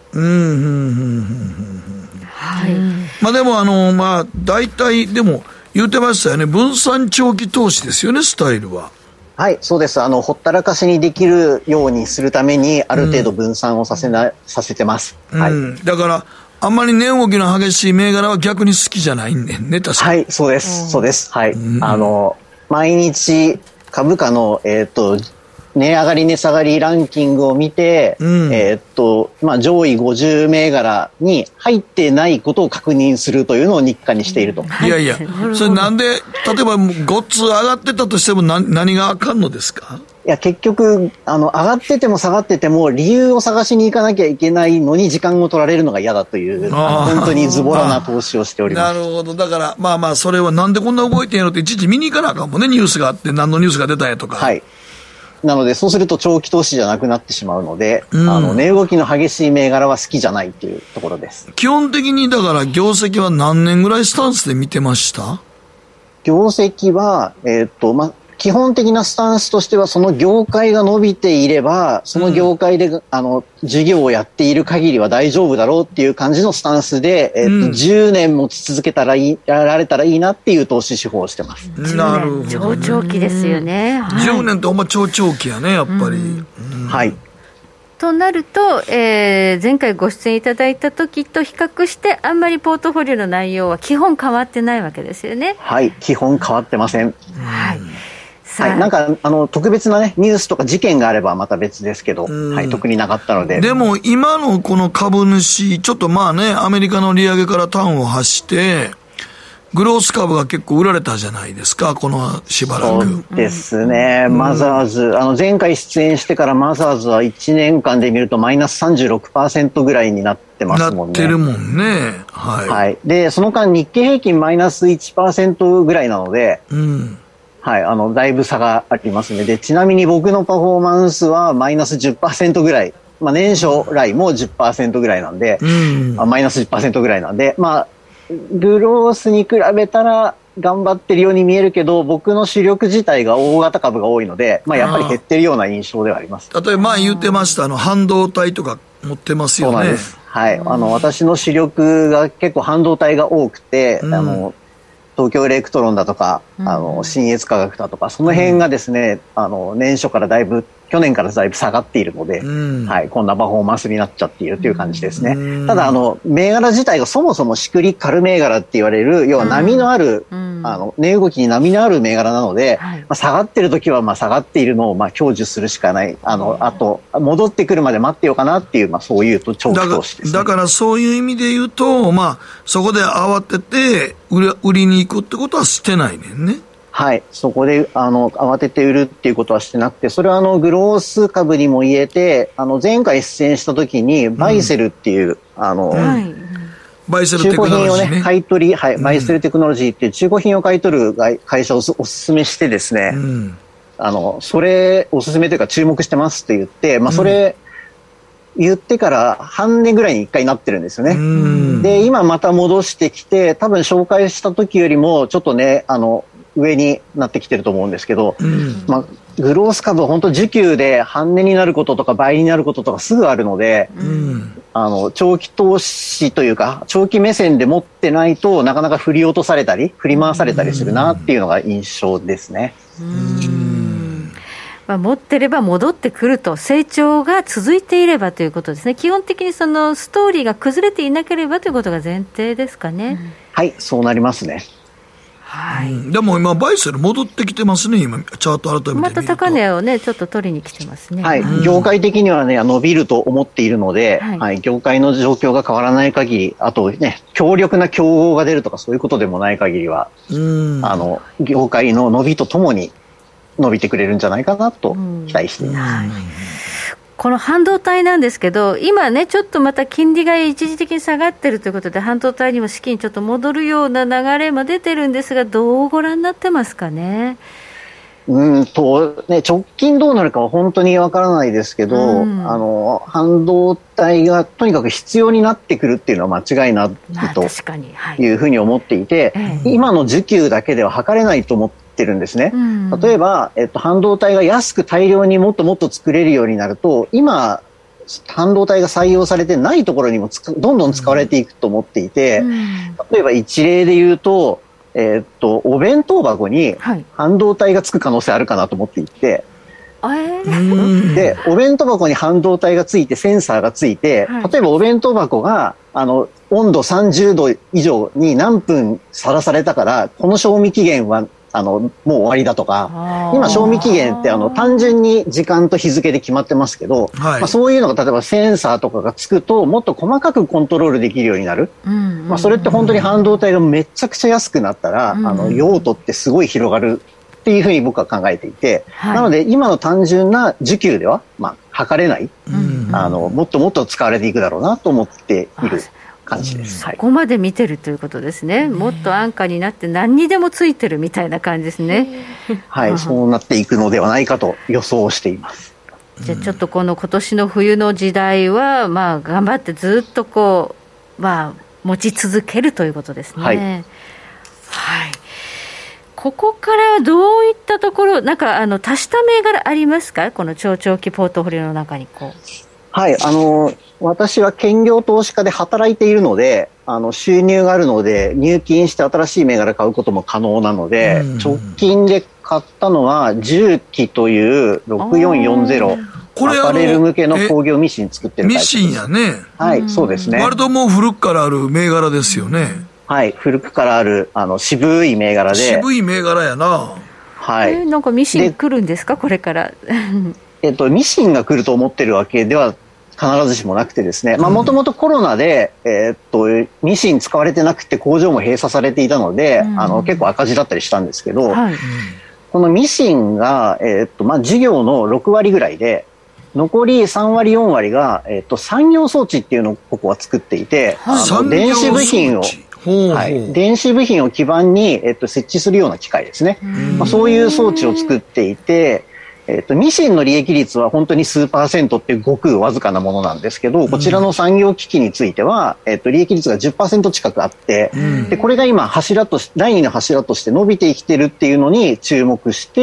はい。 でも大体でも言うてましたよね。分散長期投資ですよね、スタイルは。 はい、そうです。ほったらかしにできるようにするためにある程度分散をさせてます。はい。 だからあんまり値動きの激しい銘柄は逆に好きじゃないんねんね、確かに。はい、 そうです。そうです。はい。毎日株価の値上がり値下がりランキングを見て、上位50銘柄に入ってないことを確認するというのを日課にしていると。 いやいや、それなんで、例えばごっつ上がってたとしても何があかんのですか？ いや、結局、上がってても下がってても理由を探しに行かなきゃいけないのに時間を取られるのが嫌だという、本当にズボラな投資をしております。 なるほど。だから、それはなんでこんな動いてんやろっていちいち見に行かなあかんもんね、ニュースがあって何のニュースが出たんやとか。 はい。なので、そうすると長期投資じゃなくなってしまうので、値動きの激しい銘柄は好きじゃないっていうところです。 基本的に、だから、業績は何年ぐらいスタンスで見てました？ 業績は、基本的なスタンスとしては、その業界が伸びていれば、その業界で、事業をやっている限りは大丈夫だろうっていう感じのスタンスで、10年も続けたらやられたらいいなっていう投資手法をしてます。 なるほど、ね。 超長期ですよね。 はい、10年ってほんま超長期やね、やっぱり。 はい。 となると、前回ご出演いただいた時と比較してあんまりポートフォリオの内容は基本変わってないわけですよね。 はい、基本変わってません。 はい。 はい、なんか特別なねニュースとか事件があればまた別ですけど、はい、特になかったので。 でも今のこの株主ちょっとアメリカの利上げから端を発してグロース株が結構売られたじゃないですか、このしばらく。 そうですね、マザーズ前回出演してからマザーズは1年間で見るとマイナス 36% ぐらいになってますもんね。 なってるもんね。はい、 はい、でその間日経平均マイナス 1% ぐらいなので、はい、だいぶ差がありますね。で、ちなみに僕のパフォーマンスはマイナス 10% ぐらい。年初来も 10% ぐらいなんで、マイナス 10% ぐらいなんで、 グロースに比べたら頑張ってるように見えるけど、僕の主力自体が大型株が多いので、やっぱり減ってるような印象ではあります。 例えば言ってました半導体とか持ってますよね。 そうなんです。はい。私の主力が結構半導体が多くて、東京エレクトロンだとか、信越化学だとか、その辺がですね、年初から去年からだいぶ下がっているので、はい、こんなパフォーマンスになっちゃっているという感じですね。ただ、銘柄自体がそもそもシクリカル銘柄って言われる、要は波のある、値動きに波のある銘柄なので、下がってる時は下がっているのを享受するしかない。あと、戻ってくるまで待ってようかなっていう、そういうと長期投資ですね。 だからそういう意味で言うと、そこで慌てて売りに行くってことはしてないねんね。 はい。そこで、慌てて売るっていうことはしてなくて、それはグロース株にも言えて、前回出演した時に、バイセルっていう、 バイセルテクノロジーね。中古品をね、買い取り、はい、バイセルテクノロジーっていう中古品を買い取る会社をお勧めしてですね、それ、お勧めというか注目してますって言って、それ、言ってから半年ぐらいに1回なってるんですよね。で、今また戻してきて、多分紹介した時よりも、ちょっとね、上になってきてると思うんですけど、グロース株は本当需給で半値になることとか倍になることとかすぐあるので、長期投資というか長期目線で持ってないとなかなか振り落とされたり振り回されたりするなっていうのが印象ですね。 持ってれば戻ってくると、成長が続いていればということですね。基本的にそのストーリーが崩れていなければということが前提ですかね。 はい、そうなりますね。 はい、 でも今バイセル戻ってきてますね。今チャート改めて見るとまた高値をねちょっと取りに来てますね。 はい、業界的にはね伸びると思っているので、はい、業界の状況が変わらない限り、あとね強力な競合が出るとかそういうことでもない限りは、業界の伸びとともに伸びてくれるんじゃないかなと期待しています。 この半導体なんですけど、今ねちょっとまた金利が一時的に下がってるということで半導体にも資金ちょっと戻るような流れも出てるんですが、どうご覧になってますかね。 直近どうなるかは本当にわからないですけど、半導体がとにかく必要になってくるっていうのは間違いないというふうに思っていて、今の需給だけでは測れないと思ってるんですね。例えば、半導体が安く大量にもっともっと作れるようになると、今半導体が採用されてないところにもどんどん使われていくと思っていて、例えば一例で言うと、お弁当箱に半導体がつく可能性あるかなと思っていて、で、お弁当箱に半導体がついてセンサーがついて、例えばお弁当箱が温度30度以上に何分さらされたからこの賞味期限はもう終わりだとか、今賞味期限って単純に時間と日付で決まってますけど、そういうのが例えばセンサーとかがつくともっと細かくコントロールできるようになる。それって本当に半導体がめちゃくちゃ安くなったら、用途ってすごい広がるっていうふうに僕は考えていて、なので今の単純な需給では測れない、もっともっと使われていくだろうなと思っている感じです。 そこまで見てるということですね。もっと安価になって何にでもついてるみたいな感じですね。 はい、そうなっていくのではないかと予想しています。 じゃあちょっとこの今年の冬の時代は頑張ってずっと持ち続けるということですね。はい。ここからどういったところ足した銘柄ありますか、この超長期ポートフォリオの中にはい、私は兼業投資家で働いているので、収入があるので入金して新しい銘柄買うことも可能なので、直近で買ったのは重機という6440、これアパレル向けの工業ミシン作ってる会社です。 ミシンやね。 はい、そうですね。 割ともう古くからある銘柄ですよね。 はい、古くからある渋い銘柄で。 渋い銘柄やな。 はい。 なんかミシン来るんですか、これから。 ミシンが来ると思ってるわけでは必ずしもなくてですね、もともとコロナで、ミシン使われてなくて工場も閉鎖されていたので、結構赤字だったりしたんですけど、このミシンが、事業の6割ぐらいで、残り3割4割が、産業装置っていうのをここは作っていて、電子部品を電子部品を基板に、設置するような機械ですね。そういう装置を作っていて、 ミシンの利益率は本当に数%っていうごくわずかなものなんですけど、こちらの産業機器については、利益率が 10% 近くあって、で、これが今第2の柱として伸びてきてるっていうのに注目して、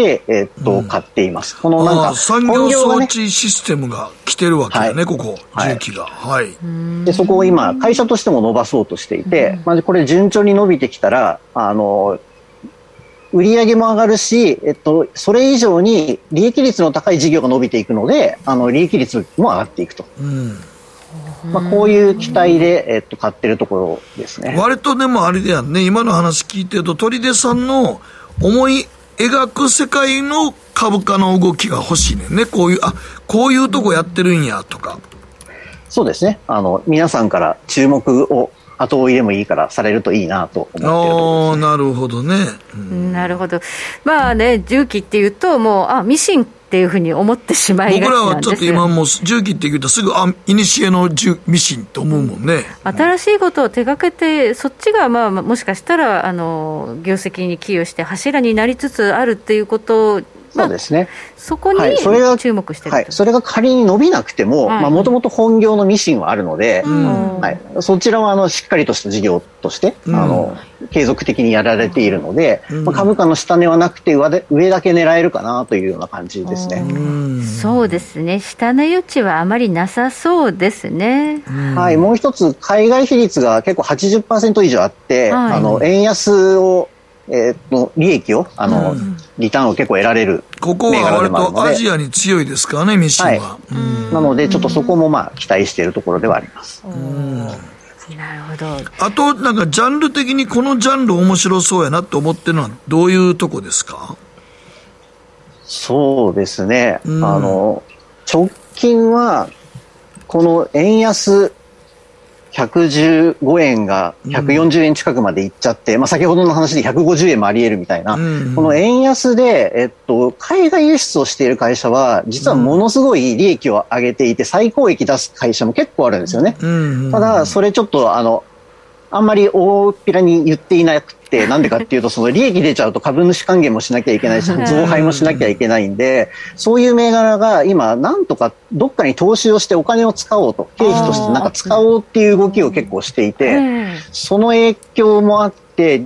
買っています。このなんか、 産業装置システムが来てるわけだね、ここ、重機が。はい。 で、そこを今、会社としても伸ばそうとしていて、まずこれ順調に伸びてきたら、売り上げも上がるし、それ以上に利益率の高い事業が伸びていくので、利益率も上がっていくと。こういう期待で、買ってるところですね。 割とでもあれだよね、今の話聞いてると、鳥出さんの思い描く世界の株価の動きが欲しいねんね。こういうとこやってるんや、とか。 そうですね。皆さんから注目を後追いでもいいからされるといいなと思っているところです、ね。 なるほどね、 なるほど。まあね、重機っていうともうミシンっていうふうに思ってしまいがちなんですが、 僕らはちょっと今もう重機って言うとすぐいにしえのミシンと思うもんね、 新しいことを手掛けてそっちがもしかしたら業績に寄与して柱になりつつあるっていうことを、 そうですね。 そこに注目してる、 それが仮に伸びなくても、もともと本業のミシンはあるので、そちらはしっかりとした事業として、継続的にやられているので、株価の下値はなくて上だけ狙えるかなというような感じですね。 そうですね。下値余地はあまりなさそうですね。 はい。もう一つ、海外比率が結構 80% 以上あって、円安を利益をリターンを結構得られる。 ここは割とアジアに強いですからね、ミシンは。 なのでちょっとそこも期待しているところではあります。 なるほど。 あとなんかジャンル的にこのジャンル面白そうやなと思ってるのはどういうとこですか？ そうですね。直近はこの円安115円が140円近くまでいっちゃって、先ほどの話で150円もあり得るみたいな、この円安で、海外輸出をしている会社は、実はものすごい利益を上げていて、最高益出す会社も結構あるんですよね。ただ、それちょっと、あんまり大っぴらに言っていなくて、なんでかっていうと、その利益出ちゃうと株主還元もしなきゃいけないし、増配もしなきゃいけないんで、そういう銘柄が今、なんとかどっかに投資をしてお金を使おうと、経費としてなんか使おうっていう動きを結構していて、その影響もあって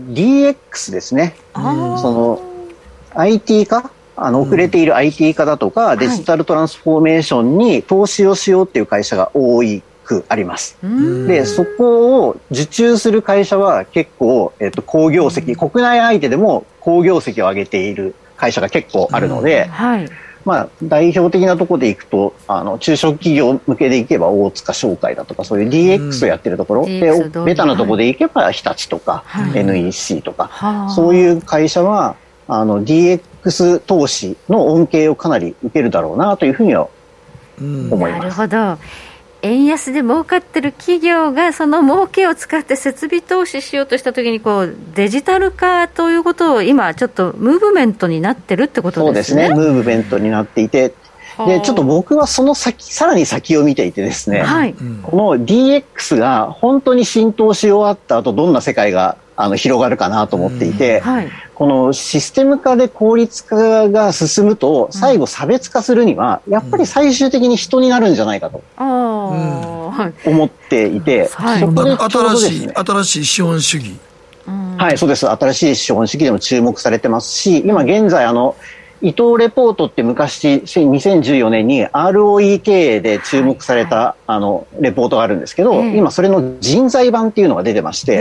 、DX ですね。その、IT 化遅れている IT 化だとか、デジタルトランスフォーメーションに投資をしようっていう会社が多い。あります。で、そこを受注する会社は結構、好業績、国内相手でも好業績を上げている会社が結構あるので、代表的なところでいくと、中小企業向けでいけば大塚商会だとか、そういう DX をやってるところ、で、ベタなところでいけば日立とか、NEC とか、そういう会社は、DX 投資の恩恵をかなり受けるだろうなというふうには思います。 なるほど。円安で儲かってる企業がその儲けを使って設備投資しようとしたときにデジタル化ということを今ちょっとムーブメントになってるってことですね。 そうですね。ムーブメントになっていて、でちょっと僕はその先、さらに先を見ていてですね、この DX が本当に浸透し終わった後どんな世界が広がるかなと思っていて、このシステム化で効率化が進むと最後差別化するにはやっぱり最終的に人になるんじゃないかと思っていて、そこでちょうどですね、 新しい資本主義、 はい、そうです。新しい資本主義でも注目されてますし、今現在伊藤レポートって昔2014年に ROE 経営で注目されたレポートがあるんですけど、今それの人材版っていうのが出てまして、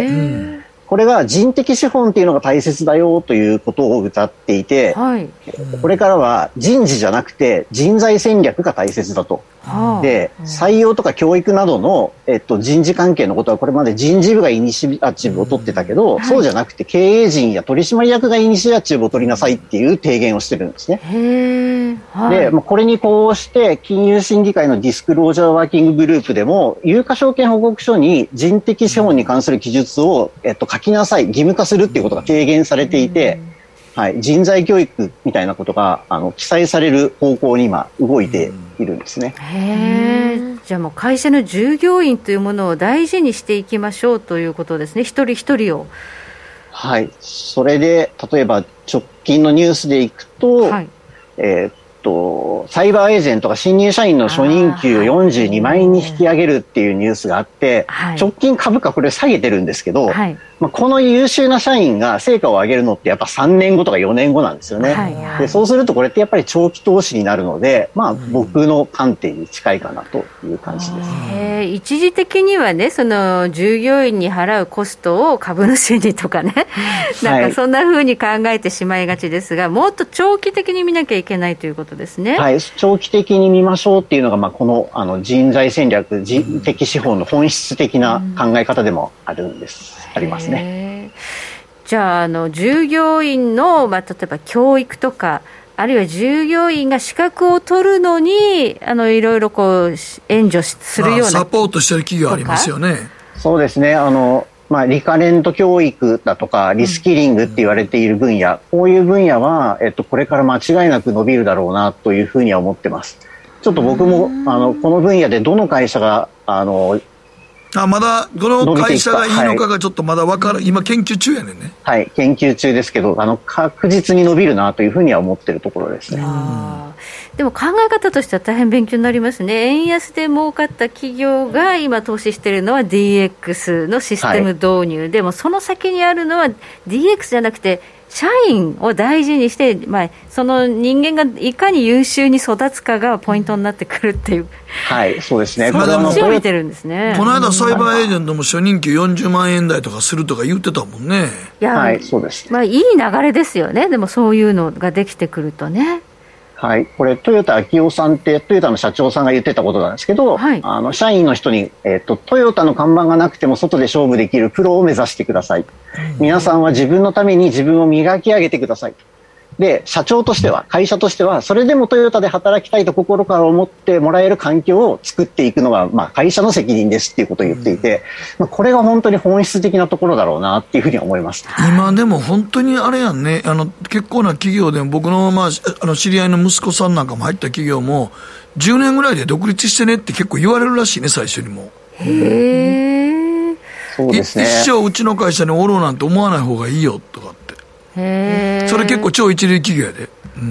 これが人的資本っていうのが大切だよということを謳っていて、これからは人事じゃなくて人材戦略が大切だと。で、採用とか教育などの、人事関係のことはこれまで人事部がイニシアチブを取ってたけど、そうじゃなくて経営陣や取締役がイニシアチブを取りなさいっていう提言をしてるんですね。で、これにこうして金融審議会のディスクロージャーワーキンググループでも有価証券報告書に人的資本に関する記述を、書きなさい、義務化するっていうことが提言されていて、人材教育みたいなことが記載される方向に今動いているんですね。 じゃあもう会社の従業員というものを大事にしていきましょうということですね。一人一人を。はい。 それで例えば直近のニュースでいくと、 サイバーエージェントが新入社員の初任給を42万円に引き上げるっていうニュースがあって、直近株価これ下げてるんですけど、この優秀な社員が成果を上げるのってやっぱ3年後とか4年後なんですよね。でそうするとこれってやっぱり長期投資になるので、僕の観点に近いかなという感じです。 一時的にはね、その従業員に払うコストを株主にとかね、なんかそんな風に考えてしまいがちですが、もっと長期的に見なきゃいけないということですね。 はい、長期的に見ましょうっていうのが、この人材戦略、人的資本の本質的な考え方でもあるんです。ありますね。 じゃあ、従業員の、例えば教育とか、あるいは従業員が資格を取るのにいろいろこう援助するような、 サポートしてる企業ありますよね。 そうですね。リカレント教育だとかリスキリングって言われている分野、こういう分野は、これから間違いなく伸びるだろうなというふうには思ってます。ちょっと僕もこの分野でどの会社がまだこの会社がいいのかがちょっとまだ分からん、今研究中やねんね。はい、 研究中ですけど確実に伸びるなというふうには思っているところですね。 でも考え方としては大変勉強になりますね。円安で儲かった企業が今投資しているのは DX のシステム導入、でもその先にあるのは DX じゃなくて社員を大事にして、その人間がいかに優秀に育つかがポイントになってくるっていう、 そうですね。 そっちを見てるんですね。 この間サイバーエージェントも初任給40万円台とかするとか言ってたもんね。 そうです。 いい流れですよね。でもそういうのができてくるとね。 これトヨタ昭夫さんってトヨタの社長さんが言ってたことなんですけど、社員の人に、トヨタの看板がなくても外で勝負できるプロを目指してください。皆さんは自分のために自分を磨き上げてください。で、社長としては、会社としては、それでもトヨタで働きたいと心から思ってもらえる環境を作っていくのが、会社の責任ですっていうことを言っていて、これが本当に本質的なところだろうなっていうふうに思います。 今でも本当にあれやんね、結構な企業でも僕の、知り合いの息子さんなんかも入った企業も、10年ぐらいで独立してねって結構言われるらしいね、最初にも。 そうですね。 一生うちの会社におろうなんて思わない方がいいよとかって。それ結構超一流企業やで。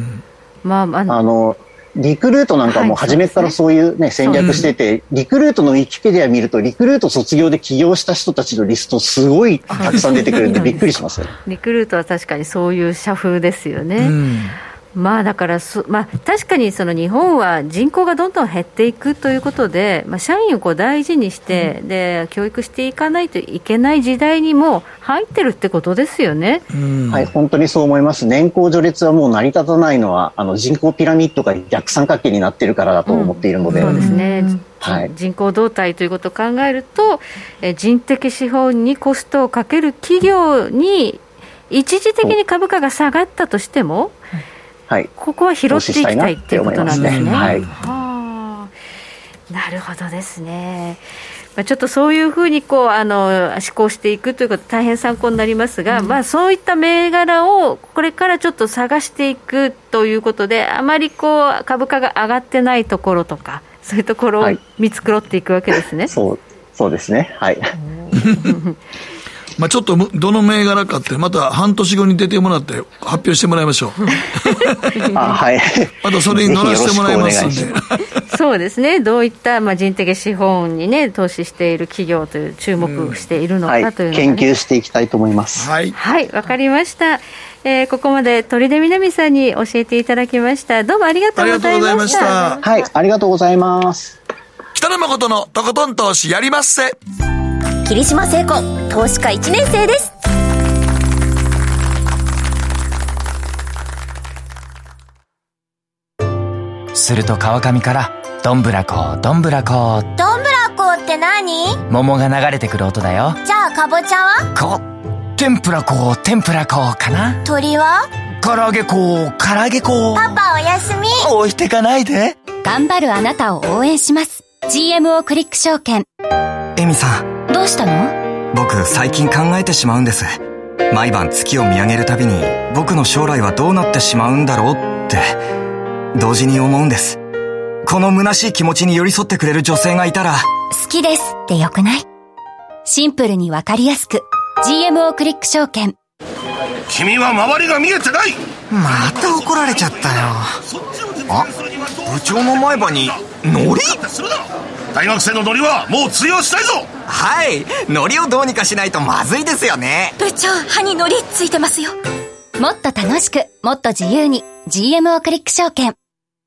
リクルートなんかも初めからそういうね、戦略してて、リクルートのウィキペディア見ると、リクルート卒業で起業した人たちのリストすごいたくさん出てくるんでびっくりしますよ。 リクルートは確かにそういう社風ですよね。だから確かにその日本は人口がどんどん減っていくということで、社員を大事にして、で教育していかないといけない時代にも入ってるってことですよね。 本当にそう思います。年功序列はもう成り立たないのは人口ピラミッドが逆三角形になっているからだと思っているので、 そうですね。人口動態ということを考えると、人的資本にコストをかける企業に一時的に株価が下がったとしても、ここは拾っていきたいっていうことなんですね。なるほどですね。ちょっとそういうふうに思考していくということ大変参考になりますが、そういった銘柄をこれからちょっと探していくということで、あまり株価が上がってないところとか、そういうところを見繕っていくわけですね。 そうですね。 ちょっとどの銘柄かってまた半年後に出てもらって発表してもらいましょう。またそれに乗らせてもらいますんで。 そうですね。どういった人的資本にね投資している企業という注目しているのかというのを、 研究していきたいと思います。 わかりました。ここまで鳥出みなみさんに教えていただきました。どうもありがとうございました。 ありがとうございます。 北野誠のとことん投資やりまっせ。 桐島聖子、投資家1年生です。 すると川上からどんぶらこどんぶらこ。 どんぶらこって何？ 桃が流れてくる音だよ。 じゃあかぼちゃは？ 天ぷらこ天ぷらこかな。 鳥は？ 唐揚げこ唐揚げこ。 パパおやすみ。 置いてかないで。 頑張るあなたを応援します。 GMO クリック証券。 エミさん、 どうしたの？ 僕最近考えてしまうんです。毎晩月を見上げるたびに僕の将来はどうなってしまうんだろうって同時に思うんです。この虚しい気持ちに寄り添ってくれる女性がいたら。 好きですってよくない？シンプルにわかりやすく GMO クリック証券。 君は周りが見えてない。 また怒られちゃったよ。 あ、部長の前歯にノリ？ 大学生のノリはもう通用したいぞ。 はい、ノリをどうにかしないとまずいですよね。 部長、歯にノリついてますよ。 もっと楽しく、もっと自由に GMO クリック証券。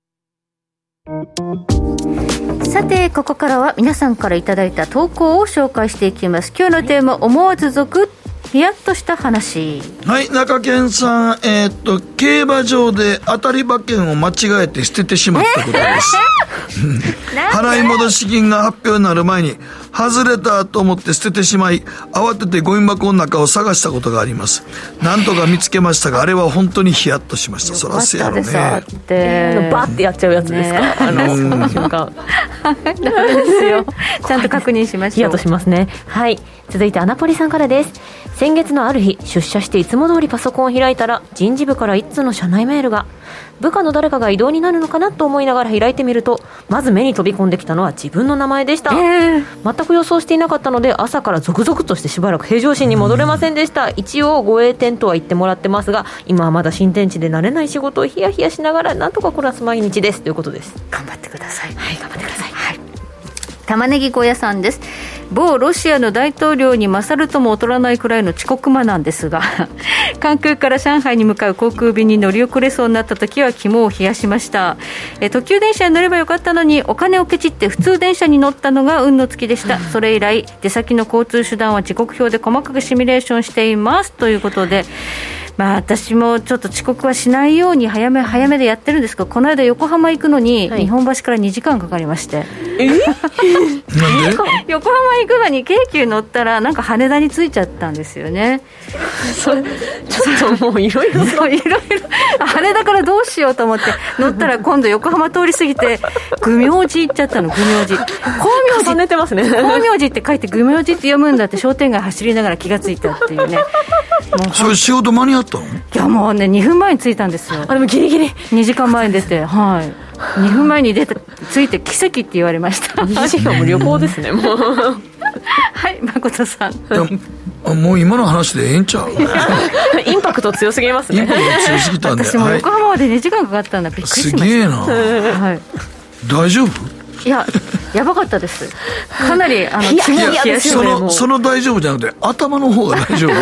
さて、ここからは皆さんからいただいた投稿を紹介していきます。今日のテーマ、思わずゾクッヒヤッとした話。 はい、中堅さん、競馬場で当たり馬券を間違えて捨ててしまったことです。払い戻し金が発表になる前に外れたと思って捨ててしまい、慌ててゴミ箱の中を探したことがあります。なんとか見つけましたが、あれは本当にヒヤッとしました。そらせやろね。 バッてやっちゃうやつですか、その瞬間。 ダメですよ。ちゃんと確認しましょう。 ヒヤッとしますね。はい、続いてアナポリさんからです。先月のある日、出社していつも通りパソコンを開いたら、人事部から一通の社内メールが。部下の誰かが異動になるのかなと思いながら開いてみると、まず目に飛び込んできたのは自分の名前でした。全く予想していなかったので、朝からゾクゾクとしてしばらく平常心に戻れませんでした。一応ご栄転とは言ってもらってますが、今はまだ新天地で慣れない仕事をヒヤヒヤしながらなんとかこなす毎日ですということです。 頑張ってください。 はい、頑張ってください。 はい、玉ねぎ小屋さんです。某ロシアの大統領に勝るとも劣らないくらいの遅刻魔なんですが関空から上海に向かう航空便に乗り遅れそうになった時は肝を冷やしました。特急電車に乗ればよかったのにお金をケチって普通電車に乗ったのが運の尽きでした。それ以来出先の交通手段は時刻表で細かくシミュレーションしていますということで、私もちょっと遅刻はしないように早めでやってるんですが、この間横浜行くのに日本橋から2時間かかりまして、なんで横浜行くのに京急乗ったらなんか羽田に着いちゃったんですよね。 それちょっともういろいろ羽田からどうしようと思って乗ったら今度横浜通り過ぎて愚明寺行っちゃったの。愚明寺重ねてますね。 光明寺って書いて愚明寺って読むんだって商店街走りながら気がついたっていうね。もうそれ仕事間に合ったの？ いやもうね2分前に着いたんですよ。 でもギリギリ 2時間前に出て、はい、2分前に着いて奇跡って言われました。 2時間も旅行ですねもうはい、誠さん。 もう今の話でええんちゃう？ インパクト強すぎますね。 インパクト強すぎたんで。 私も横浜まで2時間かかったんだ。びっくりしました。 すげえな、 はい、大丈夫？ いや、やばかったです。かなり肝を冷やしてる。その大丈夫じゃなくて頭の方が大丈夫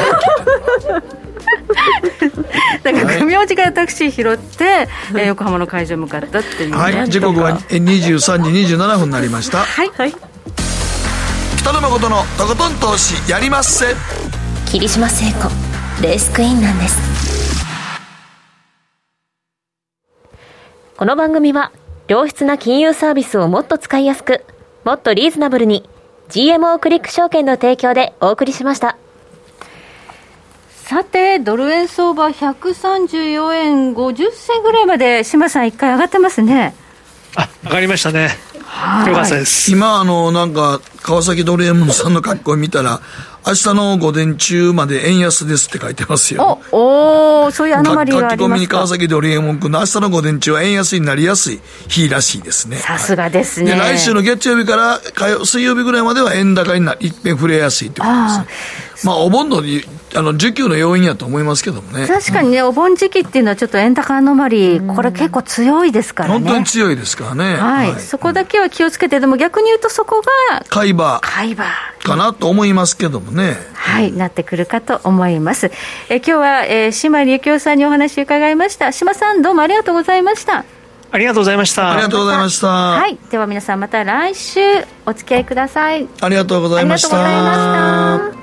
だから組明寺からタクシー拾って、横浜の会場に向かったっていう、ね、 はい、時刻は23時27分になりました。 はい、はい、 北野誠のとことん投資やりまっせ。 霧島聖子レースクイーンなんです。 この番組は良質な金融サービスをもっと使いやすく、もっとリーズナブルに GMO クリック証券の提供でお送りしました。 さて、ドル円相場134円50銭ぐらいまで島さん1回上がってますね。 上がりましたね。よかったです。 今なんか川崎ドル円さんの格好を見たら、明日の午前中まで円安ですって書いてますよ。 そういうアノマリーがありますか。書き込みに川崎ドル円文句の明日の午前中は円安になりやすい日らしいですね。 さすがですね。 で、来週の月曜日から水曜日ぐらいまでは円高に一遍触れやすいってことですね。お盆の需給の要因やと思いますけどもね。 確かにね、お盆時期っていうのはちょっと円高アノマリー、これ結構強いですからね。 本当に強いですからね。 はい、そこだけは気をつけて。でも逆に言うとそこが買い場かなと思いますけどもね。 はい、なってくるかと思います。今日は、島利幸さんにお話を伺いました。島さん、どうもありがとうございました。 ありがとうございました。 ありがとうございました。 はい、では皆さんまた来週お付き合いください。 ありがとうございました。 ありがとうございました。